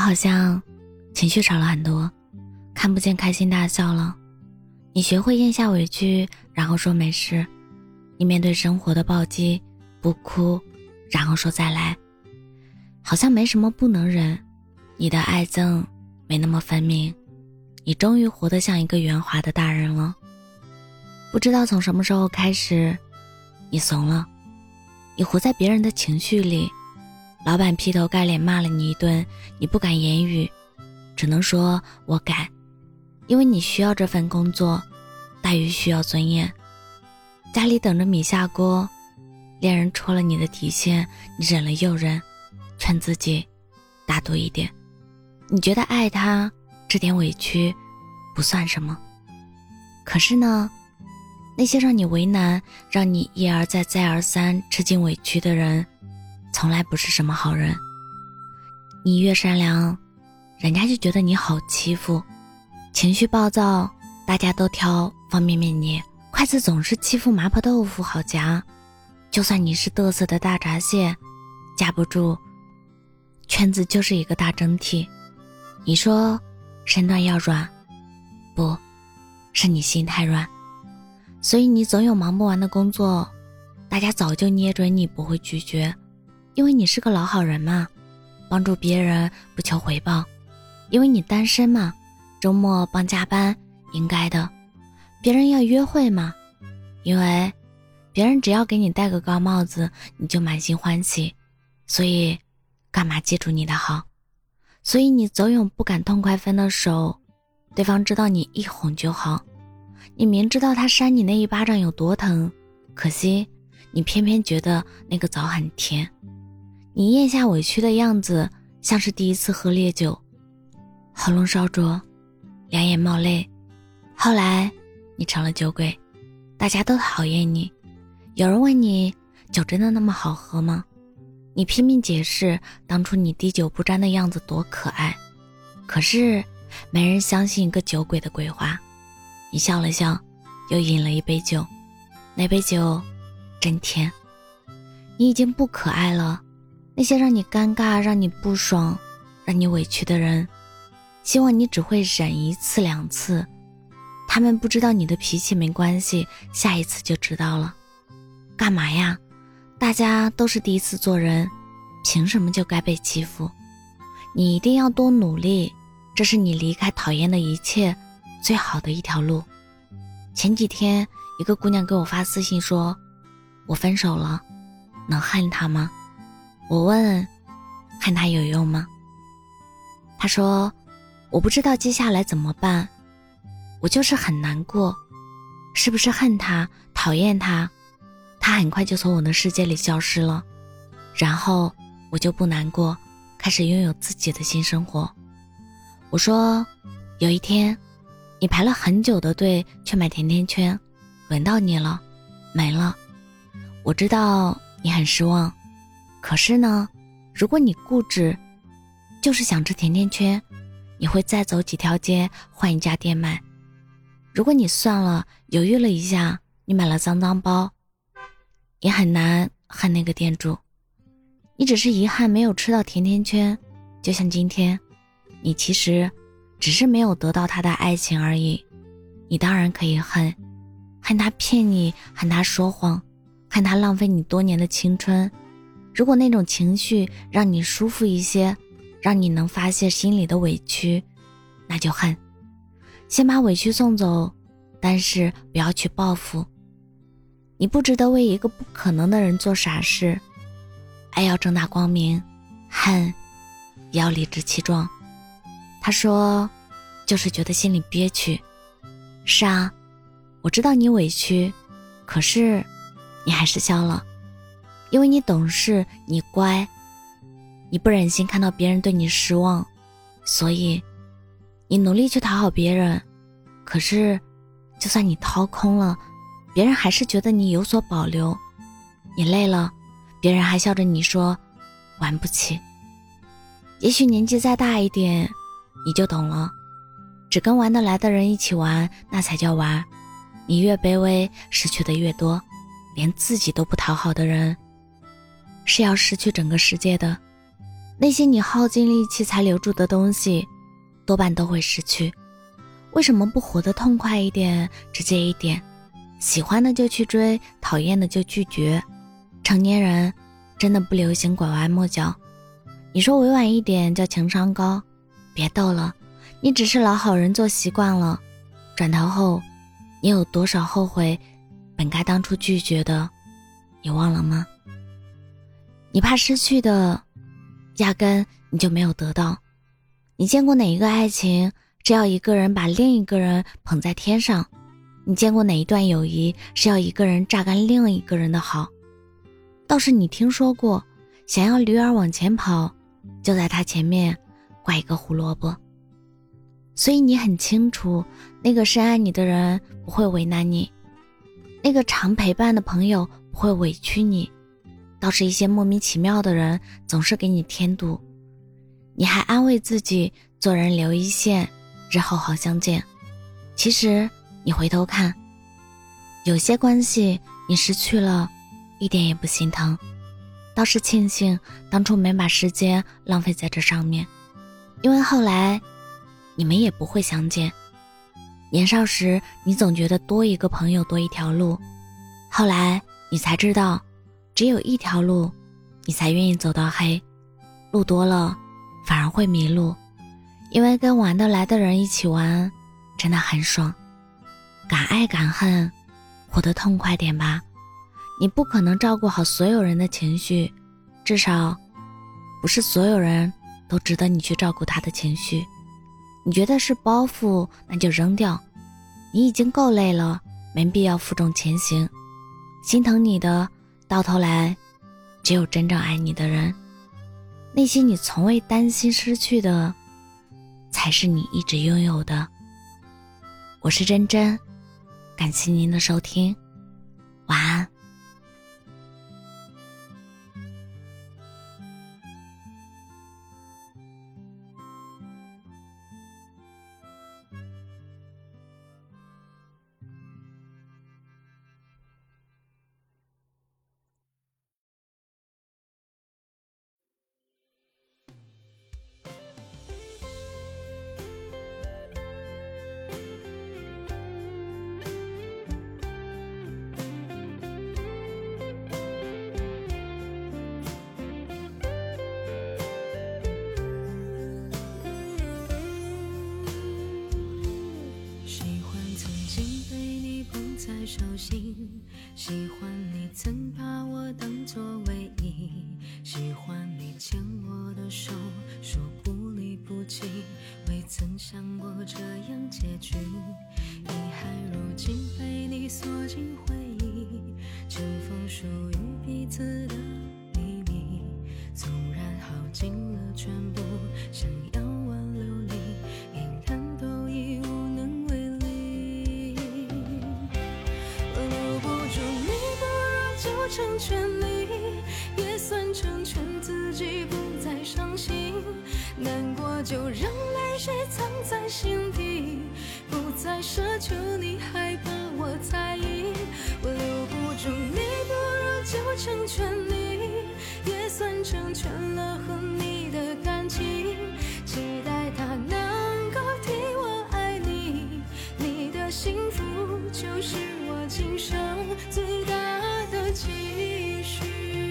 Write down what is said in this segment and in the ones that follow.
好像情绪少了很多，看不见开心大笑了。你学会咽下委屈，然后说没事。你面对生活的暴击，不哭，然后说再来。好像没什么不能忍，你的爱憎没那么分明。你终于活得像一个圆滑的大人了。不知道从什么时候开始，你怂了。你活在别人的情绪里，老板劈头盖脸骂了你一顿，你不敢言语，只能说我改，因为你需要这份工作，大于需要尊严。家里等着米下锅，恋人戳了你的底线，你忍了又忍，劝自己大度一点。你觉得爱他这点委屈不算什么，可是呢，那些让你为难，让你一而再再而三吃尽委屈的人，从来不是什么好人。你越善良，人家就觉得你好欺负。情绪暴躁，大家都挑方便面捏，筷子总是欺负麻婆豆腐好夹。就算你是嘚瑟的大闸蟹，架不住圈子就是一个大蒸屉。你说身段要软，不是你心太软。所以你总有忙不完的工作，大家早就捏准你不会拒绝，因为你是个老好人嘛，帮助别人不求回报。因为你单身嘛，周末帮加班应该的。别人要约会嘛，因为别人只要给你戴个高帽子，你就满心欢喜，所以干嘛记住你的好。所以你总有不敢痛快分的手，对方知道你一哄就好。你明知道他扇你那一巴掌有多疼，可惜你偏偏觉得那个枣很甜。你咽下委屈的样子像是第一次喝烈酒，喉咙烧灼，两眼冒泪。后来你成了酒鬼，大家都讨厌你。有人问你，酒真的那么好喝吗？你拼命解释当初你滴酒不沾的样子多可爱，可是没人相信一个酒鬼的鬼话。你笑了笑，又饮了一杯酒，那杯酒真甜。你已经不可爱了，那些让你尴尬、让你不爽、让你委屈的人，希望你只会忍一次两次。他们不知道你的脾气没关系，下一次就知道了。干嘛呀？大家都是第一次做人，凭什么就该被欺负？你一定要多努力，这是你离开讨厌的一切最好的一条路。前几天一个姑娘给我发私信说，我分手了，能恨他吗？我问，恨他有用吗？她说，我不知道接下来怎么办，我就是很难过，是不是恨他，讨厌他，他很快就从我的世界里消失了，然后我就不难过，开始拥有自己的新生活。我说，有一天你排了很久的队去买甜甜圈，轮到你了，没了。我知道你很失望，可是呢，如果你固执，就是想吃甜甜圈，你会再走几条街换一家店买。如果你算了，犹豫了一下，你买了脏脏包，也很难恨那个店主。你只是遗憾没有吃到甜甜圈，就像今天，你其实只是没有得到他的爱情而已。你当然可以恨他骗你，恨他说谎，恨他浪费你多年的青春。如果那种情绪让你舒服一些，让你能发泄心里的委屈，那就恨。先把委屈送走，但是不要去报复。你不值得为一个不可能的人做傻事。爱要正大光明，恨也要理直气壮。他说，就是觉得心里憋屈。是啊，我知道你委屈，可是你还是笑了，因为你懂事，你乖，你不忍心看到别人对你失望，所以你努力去讨好别人。可是就算你掏空了，别人还是觉得你有所保留。你累了，别人还笑着你说玩不起。也许年纪再大一点，你就懂了，只跟玩得来的人一起玩，那才叫玩。你越卑微，失去的越多。连自己都不讨好的人，是要失去整个世界的。 那些你耗尽力气才留住的东西，多半都会失去。为什么不活得痛快一点，直接一点？喜欢的就去追，讨厌的就拒绝。成年人真的不流行拐弯抹角。你说委婉一点叫情商高，别逗了，你只是老好人做习惯了。转头后，你有多少后悔本该当初拒绝的，你忘了吗？你怕失去的，压根你就没有得到。你见过哪一个爱情是要一个人把另一个人捧在天上？你见过哪一段友谊是要一个人榨干另一个人的好？倒是你听说过，想要驴儿往前跑，就在他前面挂一个胡萝卜。所以你很清楚，那个深爱你的人不会为难你，那个常陪伴的朋友不会委屈你，倒是一些莫名其妙的人总是给你添堵。你还安慰自己做人留一线，日后好相见。其实你回头看，有些关系你失去了一点也不心疼，倒是庆幸当初没把时间浪费在这上面，因为后来你们也不会相见。年少时你总觉得多一个朋友多一条路，后来你才知道只有一条路，你才愿意走到黑。路多了反而会迷路，因为跟玩得来的人一起玩真的很爽。敢爱敢恨，活得痛快点吧。你不可能照顾好所有人的情绪，至少不是所有人都值得你去照顾他的情绪。你觉得是包袱，那就扔掉。你已经够累了，没必要负重前行。心疼你的，到头来只有真正爱你的人。那些你从未担心失去的，才是你一直拥有的。我是真真，感谢您的收听，晚安。 手心，喜欢你曾把我当作唯一，喜欢你牵我的手，说不离不弃，未曾想过这样结局。遗憾如今被你锁进回忆，尘封属于彼此的秘密，纵然耗尽了全部，想要挽留你，眼看都已无能为力。留不住你，不如就成全你，也算成全自己，不再伤心。难过就让泪水藏在心底，不再奢求你害怕我在意。我留不住你，不如就成全你，也算成全了和你的感情。期待他能够替我爱你，你的幸福就是我今生最大的期许。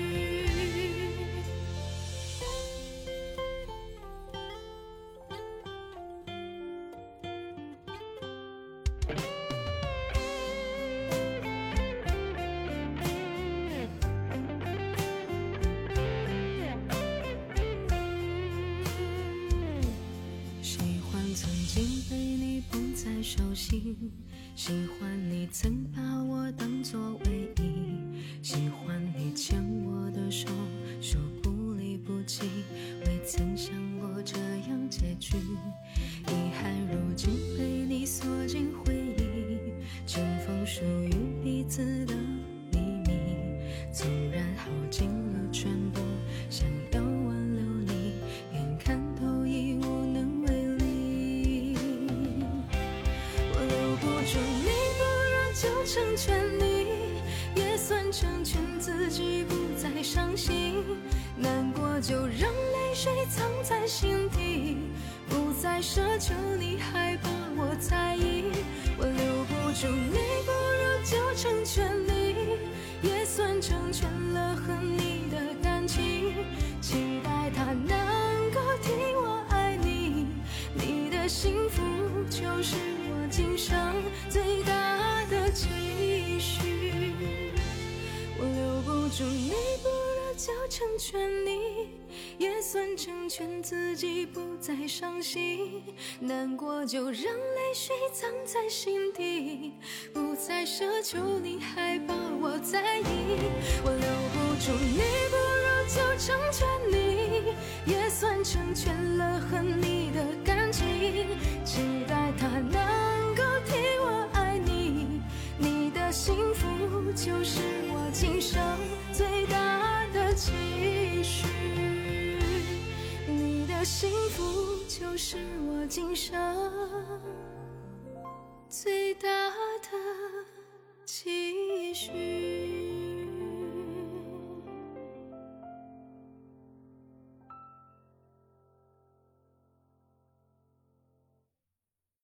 曾经被你捧在手心，喜欢你曾把我当作唯一，喜欢你牵我的手，说不离不弃，未曾想过这样结局。遗憾如今被你锁进回忆，尘封属于彼此的秘密，纵然耗尽了全部，想要挽留你，眼看都已无能为力。就成全你，也算成全自己，不再伤心。 难过就让泪水藏在心底，不再奢求你还把我在意。我留不住你，不如就成全你，也算成全了和你的感情。期待他能够替我爱你，你的幸福就是我今生最大的期许。我留不住你，不如就成全你，也算成全自己不再伤心。难过就让泪水藏在心底，不再奢求你还把我在意。我留不住你，不如就成全你，也算成全了和你的感情。期待他能够替我爱你，你的幸福就是我今生最大的期许。你的幸福就是我今生最大的期许。